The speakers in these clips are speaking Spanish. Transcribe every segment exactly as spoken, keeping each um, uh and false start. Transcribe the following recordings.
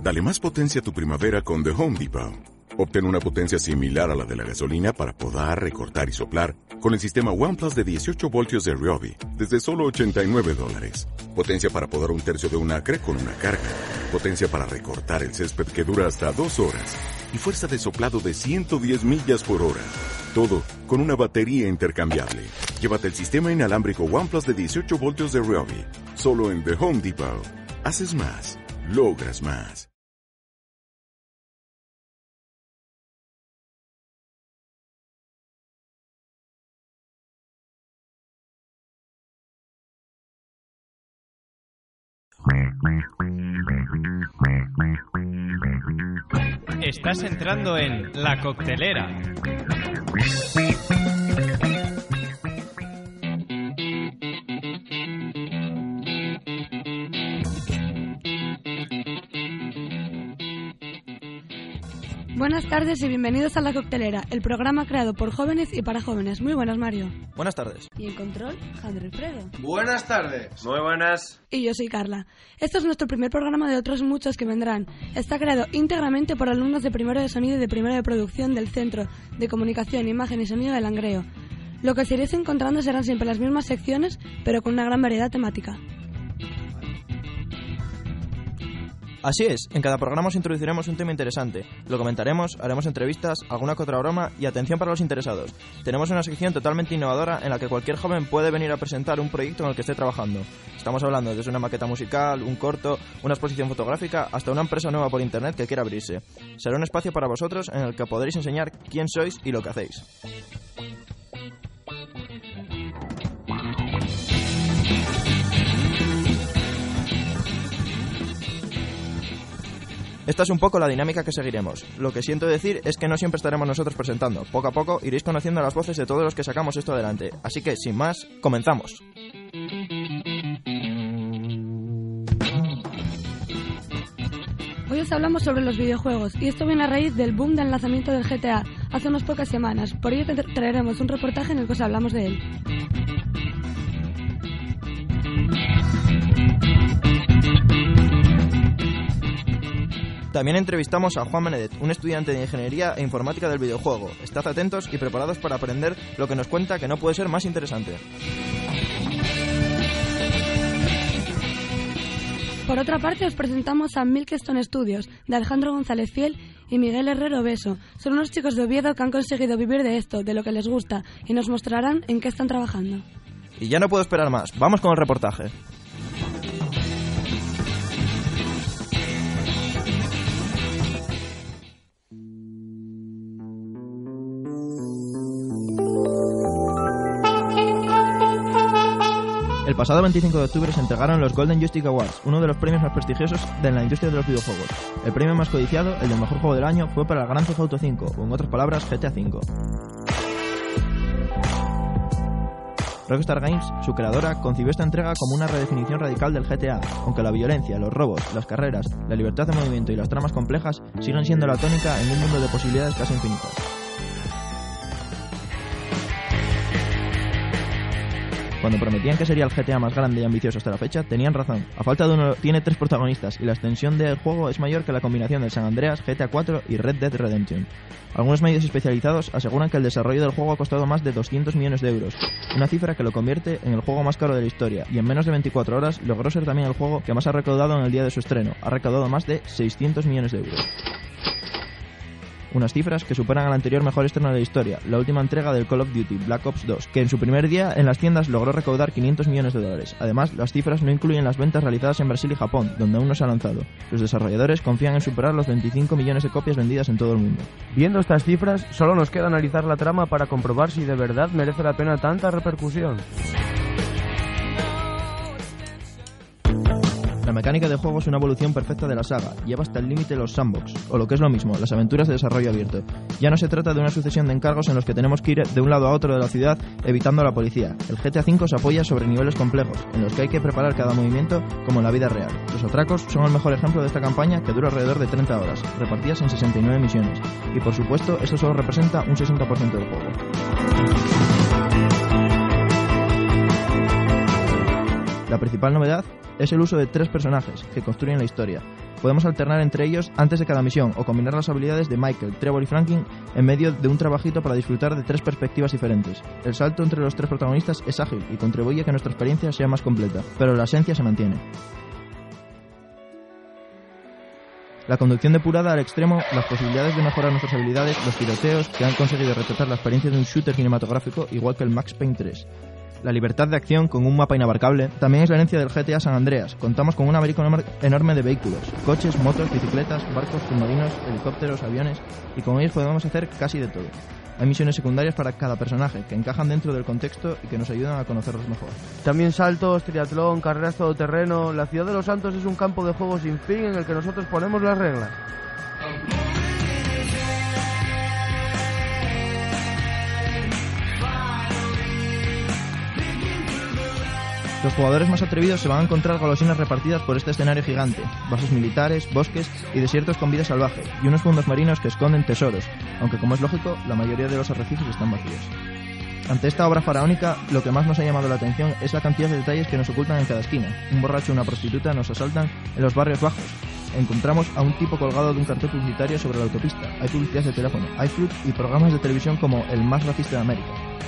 Dale más potencia a tu primavera con The Home Depot. Obtén una potencia similar a la de la gasolina para podar, recortar y soplar con el sistema OnePlus de dieciocho voltios de Ryobi desde solo ochenta y nueve dólares. Potencia para podar un tercio de un acre con una carga. Potencia para recortar el césped que dura hasta dos horas. Y fuerza de soplado de ciento diez millas por hora. Todo con una batería intercambiable. Llévate el sistema inalámbrico OnePlus de dieciocho voltios de Ryobi. Solo en The Home Depot. Haces más. Logras más. Estás entrando en La Coctelera. Buenas tardes y bienvenidos a La Coctelera, el programa creado por jóvenes y para jóvenes. Muy buenas, Mario. Buenas tardes. Y en control, Jandro Alfredo. Buenas tardes. Muy buenas. Y yo soy Carla. Este es nuestro primer programa de otros muchos que vendrán. Está creado íntegramente por alumnos de primero de sonido y de primero de producción del Centro de Comunicación, Imagen y Sonido de Langreo. Lo que os iréis encontrando serán siempre las mismas secciones, pero con una gran variedad temática. Así es, en cada programa os introduciremos un tema interesante. Lo comentaremos, haremos entrevistas, alguna que otra broma y atención para los interesados. Tenemos una sección totalmente innovadora en la que cualquier joven puede venir a presentar un proyecto en el que esté trabajando. Estamos hablando desde una maqueta musical, un corto, una exposición fotográfica, hasta una empresa nueva por internet que quiera abrirse. Será un espacio para vosotros en el que podréis enseñar quién sois y lo que hacéis. Esta es un poco la dinámica que seguiremos. Lo que siento decir es que no siempre estaremos nosotros presentando. Poco a poco iréis conociendo las voces de todos los que sacamos esto adelante. Así que, sin más, comenzamos. Hoy os hablamos sobre los videojuegos, y esto viene a raíz del boom del lanzamiento del G T A hace unas pocas semanas. Por ello te traeremos un reportaje en el que os hablamos de él. También entrevistamos a Juan Benedet, un estudiante de Ingeniería e Informática del videojuego. Estad atentos y preparados para aprender lo que nos cuenta, que no puede ser más interesante. Por otra parte, os presentamos a Milestone Studios, de Alejandro González Fiel y Miguel Herrero Beso. Son unos chicos de Oviedo que han conseguido vivir de esto, de lo que les gusta, y nos mostrarán en qué están trabajando. Y ya no puedo esperar más. Vamos con el reportaje. El pasado veinticinco de octubre se entregaron los Golden Joystick Awards, uno de los premios más prestigiosos de la industria de los videojuegos. El premio más codiciado, el del mejor juego del año, fue para el Grand Theft Auto cinco, o en otras palabras, G T A cinco. Rockstar Games, su creadora, concibió esta entrega como una redefinición radical del G T A, aunque la violencia, los robos, las carreras, la libertad de movimiento y las tramas complejas siguen siendo la tónica en un mundo de posibilidades casi infinitas. Cuando prometían que sería el G T A más grande y ambicioso hasta la fecha, tenían razón. A falta de uno, tiene tres protagonistas y la extensión del juego es mayor que la combinación del San Andreas, G T A cuatro y Red Dead Redemption. Algunos medios especializados aseguran que el desarrollo del juego ha costado más de doscientos millones de euros, una cifra que lo convierte en el juego más caro de la historia, y en menos de veinticuatro horas logró ser también el juego que más ha recaudado en el día de su estreno. Ha recaudado más de seiscientos millones de euros. Unas cifras que superan al anterior mejor estreno de la historia, la última entrega del Call of Duty, Black Ops dos, que en su primer día en las tiendas logró recaudar quinientos millones de dólares. Además, las cifras no incluyen las ventas realizadas en Brasil y Japón, donde aún no se ha lanzado. Los desarrolladores confían en superar los veinticinco millones de copias vendidas en todo el mundo. Viendo estas cifras, solo nos queda analizar la trama para comprobar si de verdad merece la pena tanta repercusión. La mecánica de juego es una evolución perfecta de la saga, lleva hasta el límite los sandbox, o lo que es lo mismo, las aventuras de desarrollo abierto. Ya no se trata de una sucesión de encargos en los que tenemos que ir de un lado a otro de la ciudad evitando a la policía. El G T A cinco se apoya sobre niveles complejos, en los que hay que preparar cada movimiento como en la vida real. Los atracos son el mejor ejemplo de esta campaña, que dura alrededor de treinta horas, repartidas en sesenta y nueve misiones. Y por supuesto, esto solo representa un sesenta por ciento del juego. La principal novedad es el uso de tres personajes que construyen la historia. Podemos alternar entre ellos antes de cada misión o combinar las habilidades de Michael, Trevor y Franklin en medio de un trabajito para disfrutar de tres perspectivas diferentes. El salto entre los tres protagonistas es ágil y contribuye a que nuestra experiencia sea más completa, pero la esencia se mantiene. La conducción depurada al extremo, las posibilidades de mejorar nuestras habilidades, los tiroteos que han conseguido retratar la experiencia de un shooter cinematográfico igual que el Max Payne tres. La libertad de acción con un mapa inabarcable también es la herencia del G T A San Andreas. Contamos con un abanico enorme de vehículos, coches, motos, bicicletas, barcos, submarinos, helicópteros, aviones, y con ellos podemos hacer casi de todo. Hay misiones secundarias para cada personaje que encajan dentro del contexto y que nos ayudan a conocerlos mejor. También saltos, triatlón, carreras todoterreno. La ciudad de Los Santos es un campo de juego sin fin en el que nosotros ponemos las reglas. Los jugadores más atrevidos se van a encontrar golosinas repartidas por este escenario gigante, bases militares, bosques y desiertos con vida salvaje, y unos fondos marinos que esconden tesoros, aunque como es lógico, la mayoría de los arrecifes están vacíos. Ante esta obra faraónica, lo que más nos ha llamado la atención es la cantidad de detalles que nos ocultan en cada esquina. Un borracho y una prostituta nos asaltan en los barrios bajos. Encontramos a un tipo colgado de un cartel publicitario sobre la autopista. Hay publicidad de teléfono, hay fruit y programas de televisión como El más racista de América.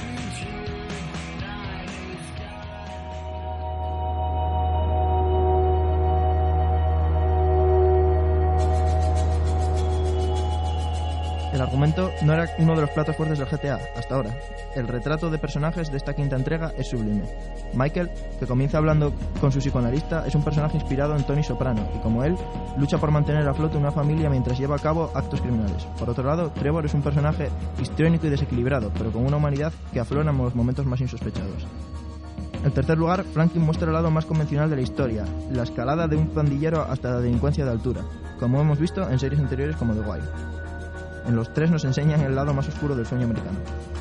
El argumento no era uno de los platos fuertes del G T A, hasta ahora. El retrato de personajes de esta quinta entrega es sublime. Michael, que comienza hablando con su psicoanalista, es un personaje inspirado en Tony Soprano, y como él, lucha por mantener a flote una familia mientras lleva a cabo actos criminales. Por otro lado, Trevor es un personaje histriónico y desequilibrado, pero con una humanidad que aflora en los momentos más insospechados. En tercer lugar, Franklin muestra el lado más convencional de la historia, la escalada de un pandillero hasta la delincuencia de altura, como hemos visto en series anteriores como The Wire. En los tres nos enseñan el lado más oscuro del sueño americano.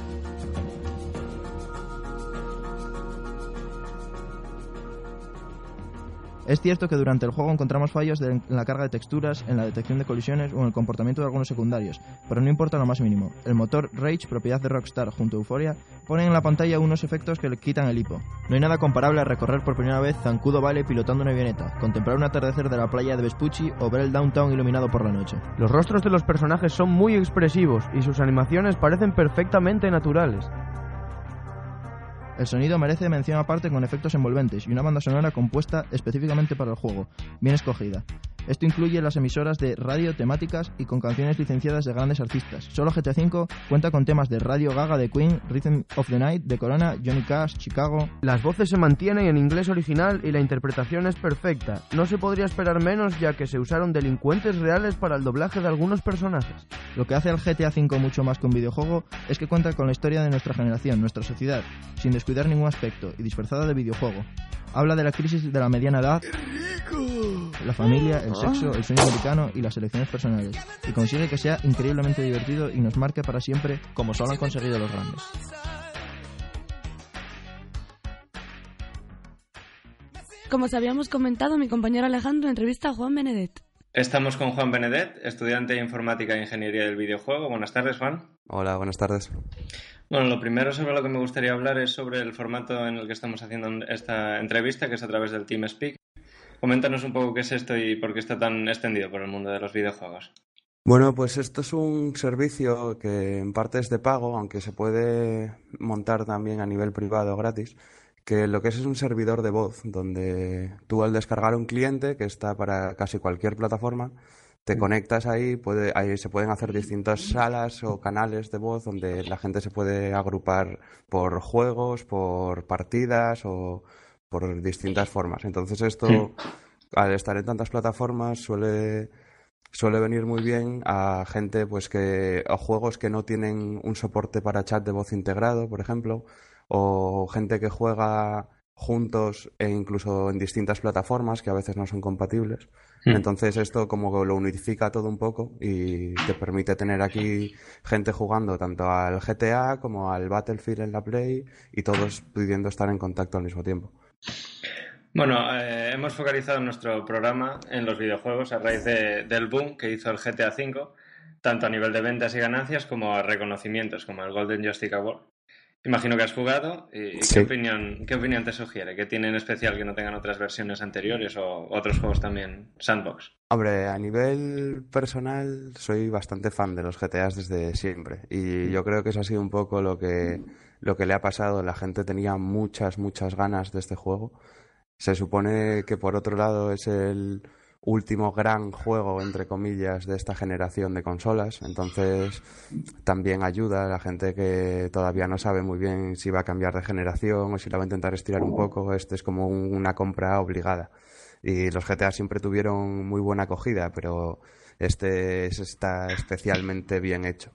Es cierto que durante el juego encontramos fallos de, en la carga de texturas, en la detección de colisiones o en el comportamiento de algunos secundarios, pero no importa lo más mínimo. El motor Rage, propiedad de Rockstar junto a Euphoria, pone en la pantalla unos efectos que le quitan el hipo. No hay nada comparable a recorrer por primera vez Zancudo Valley pilotando una avioneta, contemplar un atardecer de la playa de Vespucci o ver el downtown iluminado por la noche. Los rostros de los personajes son muy expresivos y sus animaciones parecen perfectamente naturales. El sonido merece mención aparte con efectos envolventes y una banda sonora compuesta específicamente para el juego, bien escogida. Esto incluye las emisoras de radio temáticas y con canciones licenciadas de grandes artistas. Solo G T A cinco cuenta con temas de Radio Gaga de Queen, Rhythm of the Night de Corona, Johnny Cash, Chicago. Las voces se mantienen en inglés original y la interpretación es perfecta. No se podría esperar menos ya que se usaron delincuentes reales para el doblaje de algunos personajes. Lo que hace al G T A cinco mucho más que un videojuego es que cuenta con la historia de nuestra generación, nuestra sociedad, sin descuidar ningún aspecto y disfrazada de videojuego. Habla de la crisis de la mediana edad, la familia, el sexo, el sueño americano y las elecciones personales, y consigue que sea increíblemente divertido y nos marque para siempre como solo han conseguido los grandes. Como os habíamos comentado, mi compañero Alejandro entrevista a Juan Benedet. Estamos con Juan Benedet, estudiante de Informática e Ingeniería del Videojuego. Buenas tardes, Juan. Hola, buenas tardes. Bueno, lo primero sobre lo que me gustaría hablar es sobre el formato en el que estamos haciendo esta entrevista, que es a través del TeamSpeak. Coméntanos un poco qué es esto y por qué está tan extendido por el mundo de los videojuegos. Bueno, pues esto es un servicio que en parte es de pago, aunque se puede montar también a nivel privado gratis, que lo que es es un servidor de voz, donde tú al descargar un cliente, que está para casi cualquier plataforma, te conectas ahí, puede, ahí se pueden hacer distintas salas o canales de voz donde la gente se puede agrupar por juegos, por partidas o por distintas formas. Entonces esto, al estar en tantas plataformas, suele, suele venir muy bien a gente pues que o juegos que no tienen un soporte para chat de voz integrado, por ejemplo, o gente que juega juntos e incluso en distintas plataformas que a veces no son compatibles. Mm. Entonces esto como lo unifica todo un poco y te permite tener aquí gente jugando tanto al G T A como al Battlefield en la Play y todos pudiendo estar en contacto al mismo tiempo. Bueno, eh, hemos focalizado nuestro programa en los videojuegos a raíz de, del boom que hizo el G T A cinco, tanto a nivel de ventas y ganancias como a reconocimientos como el Golden Joystick Award. Imagino que has jugado. ¿Y Sí. qué opinión, qué opinión te sugiere? ¿Qué tiene en especial que no tengan otras versiones anteriores o otros juegos también sandbox? Hombre, a nivel personal soy bastante fan de los G T As desde siempre y yo creo que eso ha sido un poco lo que, lo que le ha pasado. La gente tenía muchas, muchas ganas de este juego. Se supone que por otro lado es el último gran juego, entre comillas, de esta generación de consolas, entonces también ayuda a la gente que todavía no sabe muy bien si va a cambiar de generación o si la va a intentar estirar un poco. Este es como un- una compra obligada. Y los G T A siempre tuvieron muy buena acogida, pero este es- está especialmente bien hecho.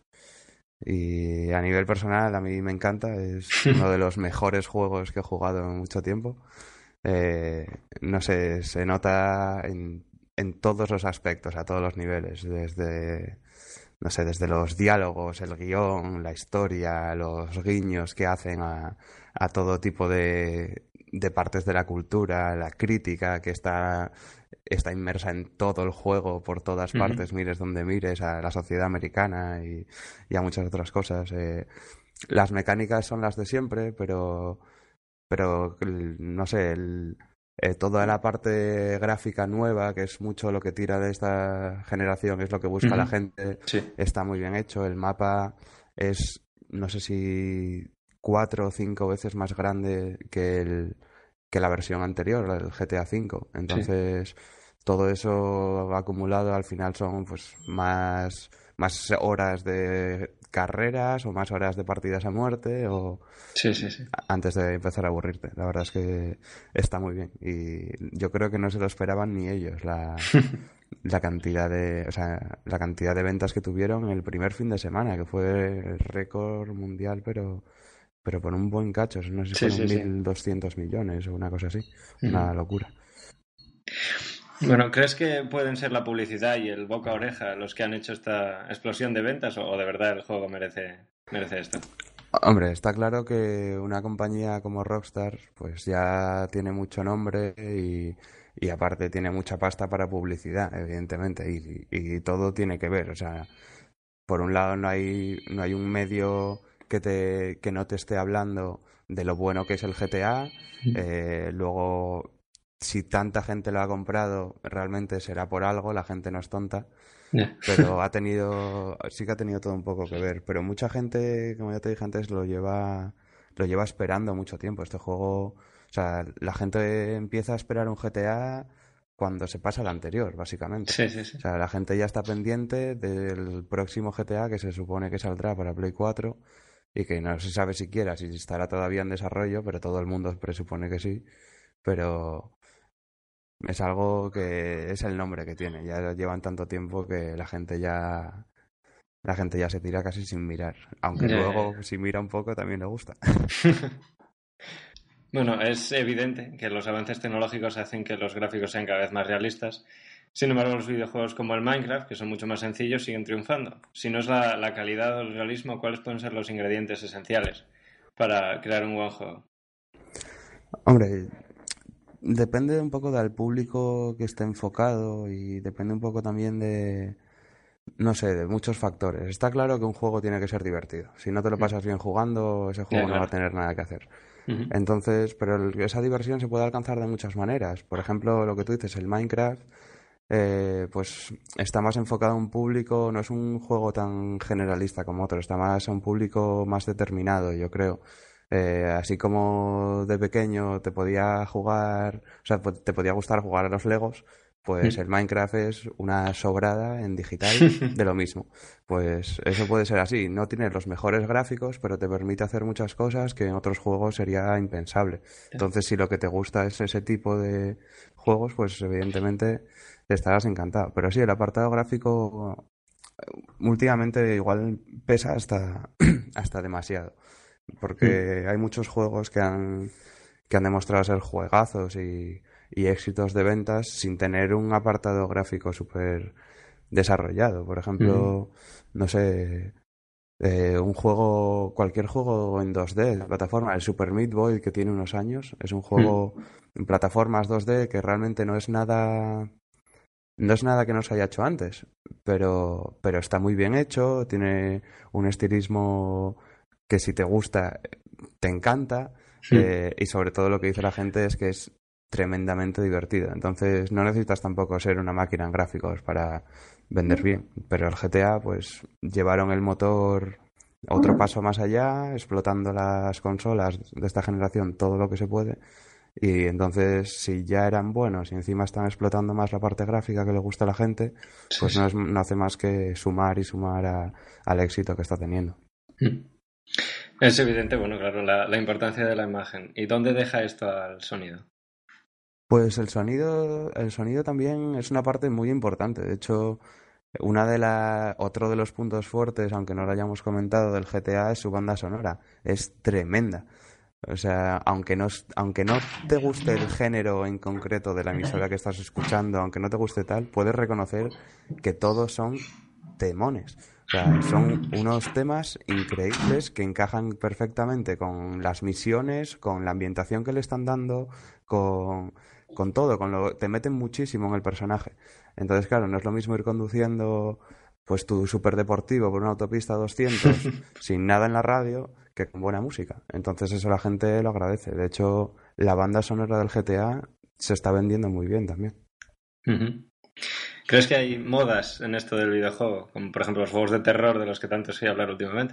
Y a nivel personal, a mí me encanta, es uno de los mejores juegos que he jugado en mucho tiempo. Eh, no sé, se nota en, en todos los aspectos, a todos los niveles, desde, no sé, desde los diálogos, el guión, la historia, los guiños que hacen a, a todo tipo de, de partes de la cultura, la crítica que está, está inmersa en todo el juego, por todas Ujú. partes, mires donde mires, a la sociedad americana y, y a muchas otras cosas. Eh, las mecánicas son las de siempre, pero pero el- no sé, el, eh, toda la parte gráfica nueva, que es mucho lo que tira de esta generación, es lo que busca la Ujú. gente, Sí. está muy bien hecho. El mapa es, no sé si cuatro o cinco veces más grande que el, que la versión anterior, el G T A cinco. Sí. Entonces, todo eso acumulado al final son pues más, más horas de carreras o más horas de partidas a muerte o Sí, sí, sí. antes de empezar a aburrirte. La verdad es que está muy bien y yo creo que no se lo esperaban ni ellos la, la cantidad de, o sea, la cantidad de ventas que tuvieron en el primer fin de semana, que fue el récord mundial, pero pero por un buen cacho, no sé si Sí, fueron sí, sí. mil doscientos millones o una cosa así, Ujú. una locura. Bueno, ¿crees que pueden ser la publicidad y el boca a oreja los que han hecho esta explosión de ventas o, o de verdad el juego merece, merece esto? Hombre, está claro que una compañía como Rockstar pues ya tiene mucho nombre y, y aparte tiene mucha pasta para publicidad, evidentemente, y, y todo tiene que ver. O sea, por un lado no hay, no hay un medio que, te, que no te esté hablando de lo bueno que es el G T A. Eh, luego, si tanta gente lo ha comprado, realmente será por algo, la gente no es tonta. Ya. Pero ha tenido, sí que ha tenido todo un poco que ver. Pero mucha gente, como ya te dije antes, lo lleva, lo lleva esperando mucho tiempo. Este juego, o sea, la gente empieza a esperar un G T A cuando se pasa el anterior, básicamente. Sí, sí, sí. O sea, la gente ya está pendiente del próximo G T A que se supone que saldrá para Play cuatro y que no se sabe siquiera si estará todavía en desarrollo, pero todo el mundo presupone que sí. Pero es algo que es el nombre que tiene. Ya llevan tanto tiempo que la gente ya la gente ya se tira casi sin mirar. Aunque Ya, ya, luego, ya. si mira un poco, también le gusta. Bueno, es evidente que los avances tecnológicos hacen que los gráficos sean cada vez más realistas. Sin embargo, los videojuegos como el Minecraft, que son mucho más sencillos, siguen triunfando. Si no es la, la calidad o el realismo, ¿cuáles pueden ser los ingredientes esenciales para crear un buen juego? Hombre, depende un poco del público que esté enfocado y depende un poco también de, no sé, de muchos factores. Está claro que un juego tiene que ser divertido. Si no te lo pasas bien jugando, ese Ya, juego no va a claro. tener nada que hacer. Ujú. Entonces, pero el- esa diversión se puede alcanzar de muchas maneras. Por ejemplo, lo que tú dices, el Minecraft, eh, pues está más enfocado a un público, no es un juego tan generalista como otro, está más a un público más determinado, yo creo. Eh, así como de pequeño te podía jugar, o sea, po- te podía gustar jugar a los Legos, pues el Minecraft es una sobrada en digital de lo mismo. Pues eso puede ser así. No tiene los mejores gráficos, pero te permite hacer muchas cosas que en otros juegos sería impensable. Entonces, si lo que te gusta es ese tipo de juegos, pues evidentemente estarás encantado. Pero sí, el apartado gráfico últimamente igual pesa hasta, hasta demasiado. Porque hay muchos juegos que han, que han demostrado ser juegazos y, y éxitos de ventas sin tener un apartado gráfico súper desarrollado. Por Ujú. ejemplo, no sé, eh, un juego, cualquier juego en dos D de plataforma, el Super Meat Boy que tiene unos años, es un juego en plataformas dos D que realmente no es nada, no es nada que no se haya hecho antes, pero, pero está muy bien hecho, tiene un estilismo que si te gusta, te encanta, Sí. eh, y sobre todo lo que dice la gente es que es tremendamente divertido. Entonces no necesitas tampoco ser una máquina en gráficos para vender bien, pero el G T A pues llevaron el motor otro paso más allá, explotando las consolas de esta generación todo lo que se puede, y entonces si ya eran buenos y encima están explotando más la parte gráfica que le gusta a la gente, pues Sí, no, sí. es, no hace más que sumar y sumar a, al éxito que está teniendo. Es evidente, bueno, claro, la, la importancia de la imagen. ¿Y dónde deja esto al sonido? Pues el sonido, el sonido también es una parte muy importante. De hecho, una de la, otro de los puntos fuertes, aunque no lo hayamos comentado, del G T A es su banda sonora. Es tremenda. O sea, aunque no, es- aunque no te guste el género en concreto de la emisora que estás escuchando, aunque no te guste tal, puedes reconocer que todos son temones. O sea, son unos temas increíbles que encajan perfectamente con las misiones, con la ambientación que le están dando, con, con todo, con lo, te meten muchísimo en el personaje. Entonces, claro, no es lo mismo ir conduciendo pues tu superdeportivo por una autopista a doscientos sin nada en la radio que con buena música. Entonces eso la gente lo agradece. De hecho, la banda sonora del G T A se está vendiendo muy bien también. Ujú. ¿Crees que hay modas en esto del videojuego? Como por ejemplo los juegos de terror de los que tanto se oye hablar últimamente.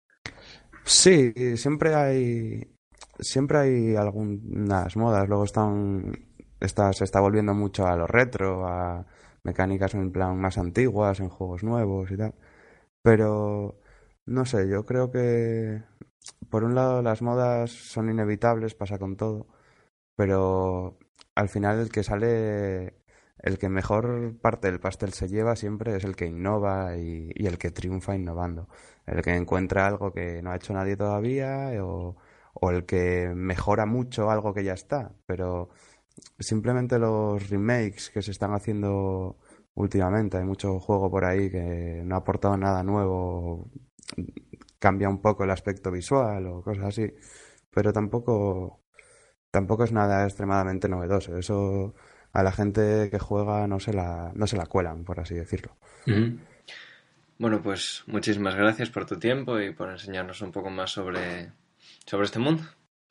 Sí, siempre hay siempre hay algunas modas. Luego están está, se está volviendo mucho a lo retro, a mecánicas en plan más antiguas, en juegos nuevos y tal. Pero no sé, yo creo que por un lado las modas son inevitables, pasa con todo, pero al final el que sale, el que mejor parte del pastel se lleva siempre es el que innova y, y el que triunfa innovando, el que encuentra algo que no ha hecho nadie todavía o, o el que mejora mucho algo que ya está, pero simplemente los remakes que se están haciendo últimamente, hay mucho juego por ahí que no ha aportado nada nuevo, cambia un poco el aspecto visual o cosas así, pero tampoco tampoco es nada extremadamente novedoso. Eso a la gente que juega no se la, no se la cuelan, por así decirlo. Ujú. Bueno, pues muchísimas gracias por tu tiempo y por enseñarnos un poco más sobre, sobre este mundo.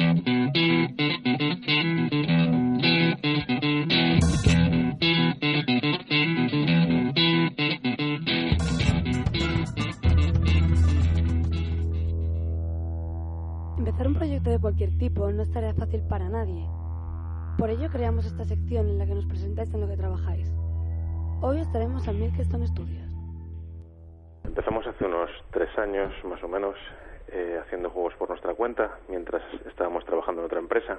Empezar un proyecto de cualquier tipo no es tarea fácil para nadie. Por ello creamos esta sección en la que nos presentáis en lo que trabajáis. Hoy estaremos al Milestone Studios. Empezamos hace unos tres años más o menos eh, haciendo juegos por nuestra cuenta mientras estábamos trabajando en otra empresa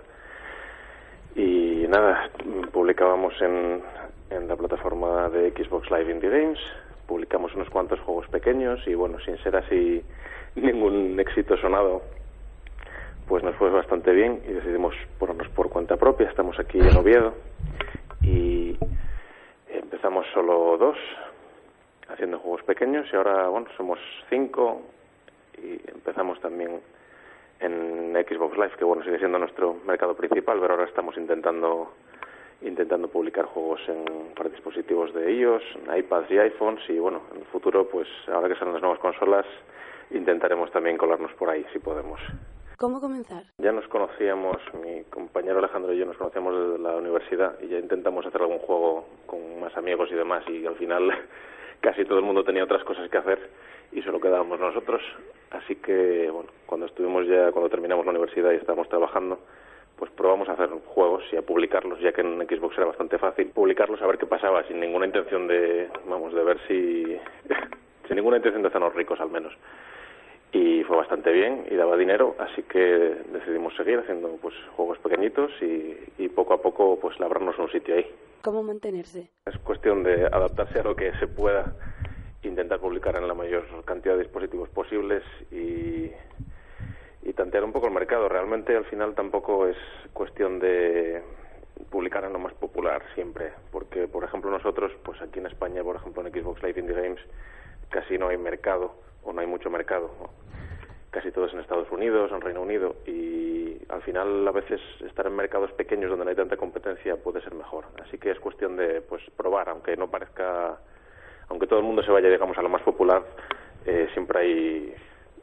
y nada, publicábamos en, en la plataforma de Xbox Live Indie Games, publicamos unos cuantos juegos pequeños y bueno, sin ser así ningún éxito sonado, pues nos fue bastante bien y decidimos ponernos por cuenta propia. Estamos aquí en Oviedo y empezamos solo dos haciendo juegos pequeños y ahora, bueno, somos cinco y empezamos también en Xbox Live, que bueno, sigue siendo nuestro mercado principal, pero ahora estamos intentando intentando publicar juegos en, para dispositivos de iOS, iPads y iPhones y bueno, en el futuro, pues ahora que salen las nuevas consolas, intentaremos también colarnos por ahí, si podemos. ¿Cómo comenzar? Ya nos conocíamos, mi compañero Alejandro y yo nos conocíamos desde la universidad y ya intentamos hacer algún juego con más amigos y demás y al final casi todo el mundo tenía otras cosas que hacer y solo quedábamos nosotros. Así que, bueno, cuando estuvimos ya, cuando terminamos la universidad y estábamos trabajando, pues probamos a hacer juegos y a publicarlos, ya que en Xbox era bastante fácil publicarlos, a ver qué pasaba, sin ninguna intención de, vamos, de ver si, sin ninguna intención de hacernos ricos al menos. Y fue bastante bien y daba dinero, así que decidimos seguir haciendo pues juegos pequeñitos y, y poco a poco pues labrarnos un sitio ahí. ¿Cómo mantenerse? Es cuestión de adaptarse a lo que se pueda, intentar publicar en la mayor cantidad de dispositivos posibles y, y tantear un poco el mercado. Realmente al final tampoco es cuestión de publicar en lo más popular siempre, porque por ejemplo nosotros, pues aquí en España, por ejemplo en Xbox Live Indie Games, casi no hay mercado o no hay mucho mercado, ¿no? Casi todo es en Estados Unidos, en Reino Unido y al final a veces estar en mercados pequeños donde no hay tanta competencia puede ser mejor. Así que es cuestión de pues probar, aunque no parezca, aunque todo el mundo se vaya digamos a lo más popular, eh, siempre hay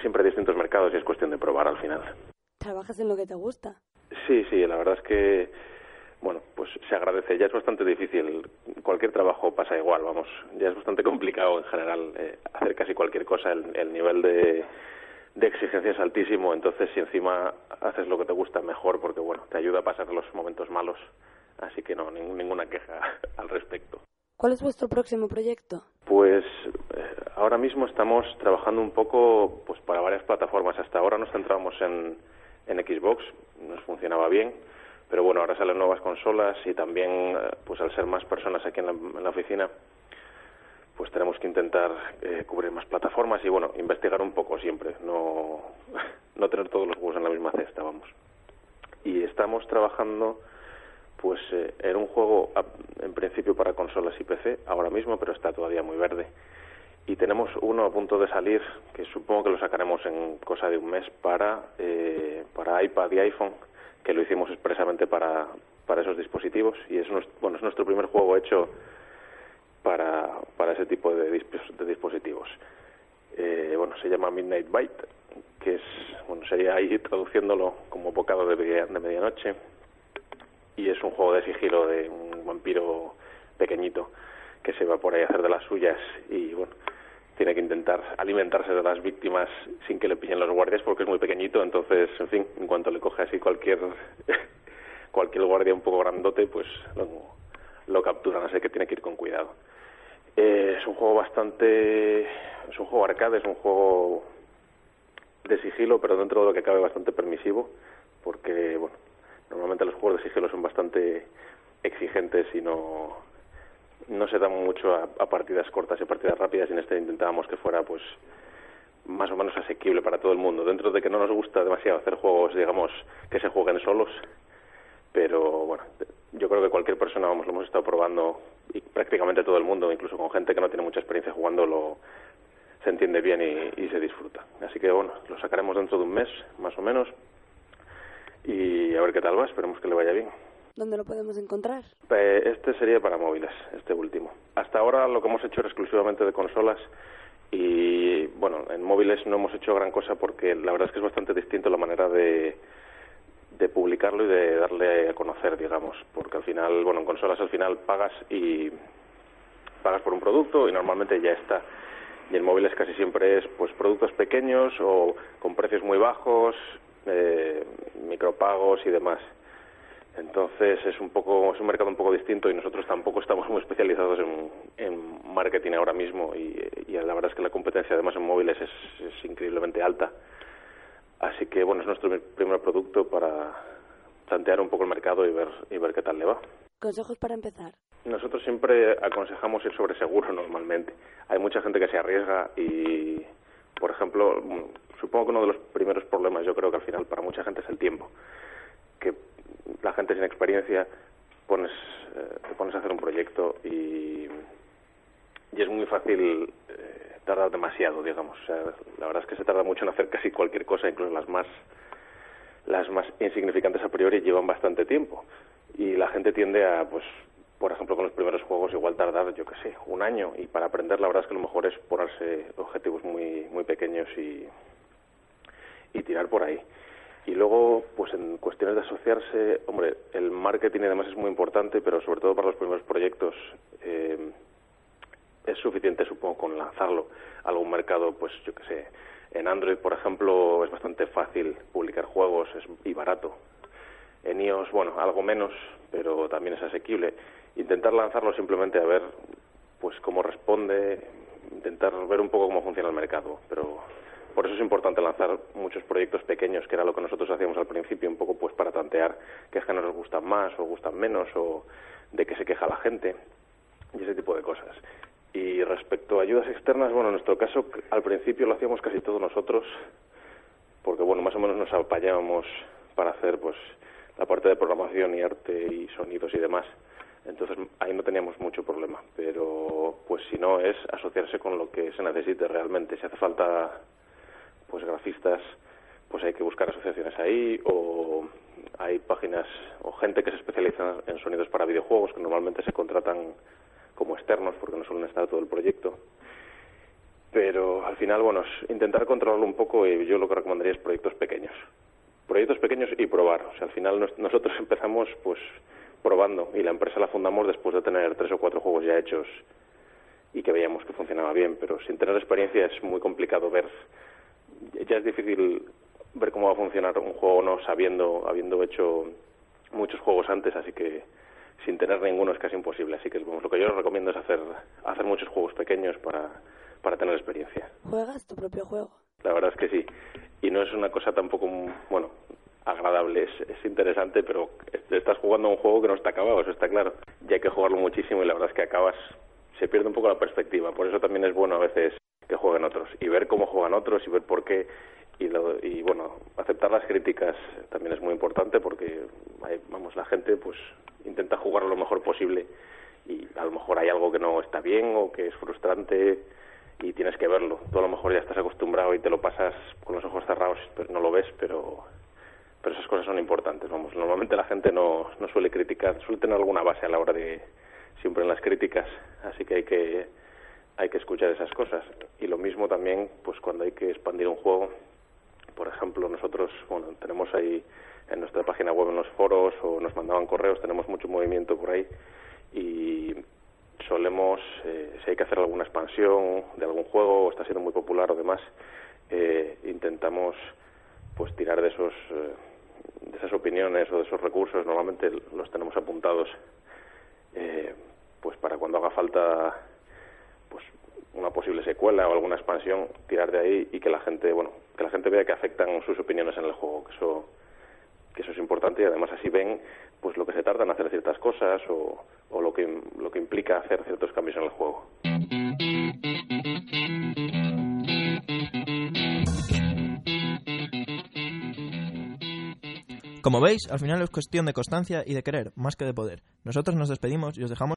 siempre hay distintos mercados y es cuestión de probar al final. ¿Trabajas en lo que te gusta? Sí, sí, la verdad es que, bueno, pues se agradece. Ya es bastante difícil. Cualquier trabajo pasa igual, vamos. Ya es bastante complicado en general eh, hacer casi cualquier cosa. El, el nivel de, de exigencia es altísimo. Entonces, si encima haces lo que te gusta, mejor, porque, bueno, te ayuda a pasar los momentos malos. Así que no, ning- ninguna queja al respecto. ¿Cuál es vuestro próximo proyecto? Pues eh, ahora mismo estamos trabajando un poco pues para varias plataformas. Hasta ahora nos centramos en, en Xbox, nos funcionaba bien, pero bueno, ahora salen nuevas consolas y también, eh, pues al ser más personas aquí en la, en la oficina, pues tenemos que intentar eh, cubrir más plataformas y bueno, investigar un poco siempre, no, no tener todos los huevos en la misma cesta, vamos. Y estamos trabajando pues eh, era un juego a, en principio para consolas y P C ahora mismo, pero está todavía muy verde. Y tenemos uno a punto de salir, que supongo que lo sacaremos en cosa de un mes para eh, para iPad y iPhone, que lo hicimos expresamente para para esos dispositivos y es nuestro, bueno, es nuestro primer juego hecho para para ese tipo de, disp- de dispositivos. Eh, bueno, se llama Midnight Bite, que es, bueno, sería ahí traduciéndolo como bocado de, media, de medianoche. Y es un juego de sigilo de un vampiro pequeñito que se va por ahí a hacer de las suyas y bueno, tiene que intentar alimentarse de las víctimas sin que le pillen los guardias porque es muy pequeñito. Entonces, en fin, en cuanto le coge así cualquier cualquier guardia un poco grandote, pues lo, lo capturan, así que tiene que ir con cuidado. Eh, es un juego bastante, es un juego arcade, es un juego de sigilo, pero dentro de lo que cabe bastante permisivo, porque bueno, normalmente los juegos de sigilo son bastante exigentes y no, no se dan mucho a, a partidas cortas y a partidas rápidas, y en este intentábamos que fuera pues más o menos asequible para todo el mundo, dentro de que no nos gusta demasiado hacer juegos, digamos, que se jueguen solos, pero bueno, yo creo que cualquier persona, vamos, lo hemos estado probando y prácticamente todo el mundo, incluso con gente que no tiene mucha experiencia jugando, lo se entiende bien y, y se disfruta. Así que bueno, lo sacaremos dentro de un mes, más o menos, y a ver qué tal va, esperemos que le vaya bien. ¿Dónde lo podemos encontrar? Este sería para móviles, este último. Hasta ahora lo que hemos hecho era exclusivamente de consolas y, bueno, en móviles no hemos hecho gran cosa porque la verdad es que es bastante distinto la manera de, de publicarlo y de darle a conocer, digamos, porque al final, bueno, en consolas al final pagas y pagas por un producto y normalmente ya está. Y en móviles casi siempre es pues productos pequeños o con precios muy bajos, eh, micropagos y demás. Entonces es un poco es un mercado un poco distinto y nosotros tampoco estamos muy especializados en, en marketing ahora mismo y, y la verdad es que la competencia además en móviles es, es increíblemente alta. Así que bueno, es nuestro primer producto para tantear un poco el mercado y ver y ver qué tal le va. ¿Consejos para empezar? Nosotros siempre aconsejamos ir sobre seguro normalmente. Hay mucha gente que se arriesga y, por ejemplo, supongo que uno de los primeros problemas, yo creo que al final para mucha gente es el tiempo. Que la gente sin experiencia pones, eh, te pones a hacer un proyecto y, y es muy fácil eh, tardar demasiado, digamos. O sea, la verdad es que se tarda mucho en hacer casi cualquier cosa, incluso las más, las más insignificantes a priori llevan bastante tiempo. Y la gente tiende a, pues, por ejemplo, con los primeros juegos igual tardar, yo qué sé, un año. Y para aprender la verdad es que lo mejor es ponerse objetivos muy muy pequeños y, y tirar por ahí. Y luego, pues en cuestiones de asociarse, hombre, el marketing y demás es muy importante, pero sobre todo para los primeros proyectos eh, es suficiente, supongo, con lanzarlo a algún mercado, pues yo qué sé, en Android, por ejemplo, es bastante fácil publicar juegos es, y barato. En iOS, bueno, algo menos, pero también es asequible. Intentar lanzarlo simplemente a ver pues cómo responde, intentar ver un poco cómo funciona el mercado, pero por eso es importante lanzar muchos proyectos pequeños, que era lo que nosotros hacíamos al principio, un poco pues para tantear qué géneros gustan más o gustan menos, o de qué se queja la gente, y ese tipo de cosas. Y respecto a ayudas externas, bueno, en nuestro caso, al principio lo hacíamos casi todos nosotros, porque bueno, más o menos nos apañábamos para hacer pues la parte de programación y arte y sonidos y demás. Entonces ahí no teníamos mucho problema, pero pues si no es asociarse con lo que se necesite realmente. Si hace falta pues grafistas, pues hay que buscar asociaciones ahí, o hay páginas o gente que se especializa en sonidos para videojuegos que normalmente se contratan como externos porque no suelen estar todo el proyecto. pero al final, bueno, es intentar controlarlo un poco, y yo lo que recomendaría es proyectos pequeños. Proyectos pequeños y probar. O sea, al final nos, nosotros empezamos pues probando, y la empresa la fundamos después de tener tres o cuatro juegos ya hechos y que veíamos que funcionaba bien, pero sin tener experiencia es muy complicado ver, ya es difícil ver cómo va a funcionar un juego no sabiendo, habiendo hecho muchos juegos antes, así que sin tener ninguno es casi imposible. Así que vamos, lo que yo os recomiendo es hacer hacer muchos juegos pequeños para, para tener experiencia. ¿Juegas tu propio juego? La verdad es que sí, y no es una cosa tampoco, bueno, agradable, es, es interesante, pero estás jugando a un juego que no está acabado, eso está claro, y hay que jugarlo muchísimo, y la verdad es que acabas, se pierde un poco la perspectiva. Por eso también es bueno a veces que jueguen otros, y ver cómo juegan otros, y ver por qué, y, lo, y bueno, aceptar las críticas también es muy importante, porque hay, vamos, la gente pues intenta jugar lo mejor posible, y a lo mejor hay algo que no está bien, o que es frustrante, y tienes que verlo. Tú a lo mejor ya estás acostumbrado y te lo pasas con los ojos cerrados, pero no lo ves, pero pero esas cosas son importantes. Vamos, normalmente la gente no, no suele criticar, suele tener alguna base a la hora de, siempre en las críticas, así que hay que hay que escuchar esas cosas. Y lo mismo también, pues cuando hay que expandir un juego, por ejemplo, nosotros, bueno, tenemos ahí en nuestra página web, en los foros, o nos mandaban correos, tenemos mucho movimiento por ahí, y solemos, eh, si hay que hacer alguna expansión de algún juego, o está siendo muy popular o demás, eh, intentamos pues tirar de esos eh, de esas opiniones o de esos recursos. Normalmente los tenemos apuntados eh, pues para cuando haga falta pues una posible secuela o alguna expansión, tirar de ahí, y que la gente, bueno, que la gente vea que afectan sus opiniones en el juego, que eso que eso es importante, y además así ven pues lo que se tarda en hacer ciertas cosas, o, o lo que lo que implica hacer ciertos cambios en el juego. Como veis, al final es cuestión de constancia y de querer, más que de poder. Nosotros nos despedimos y os dejamos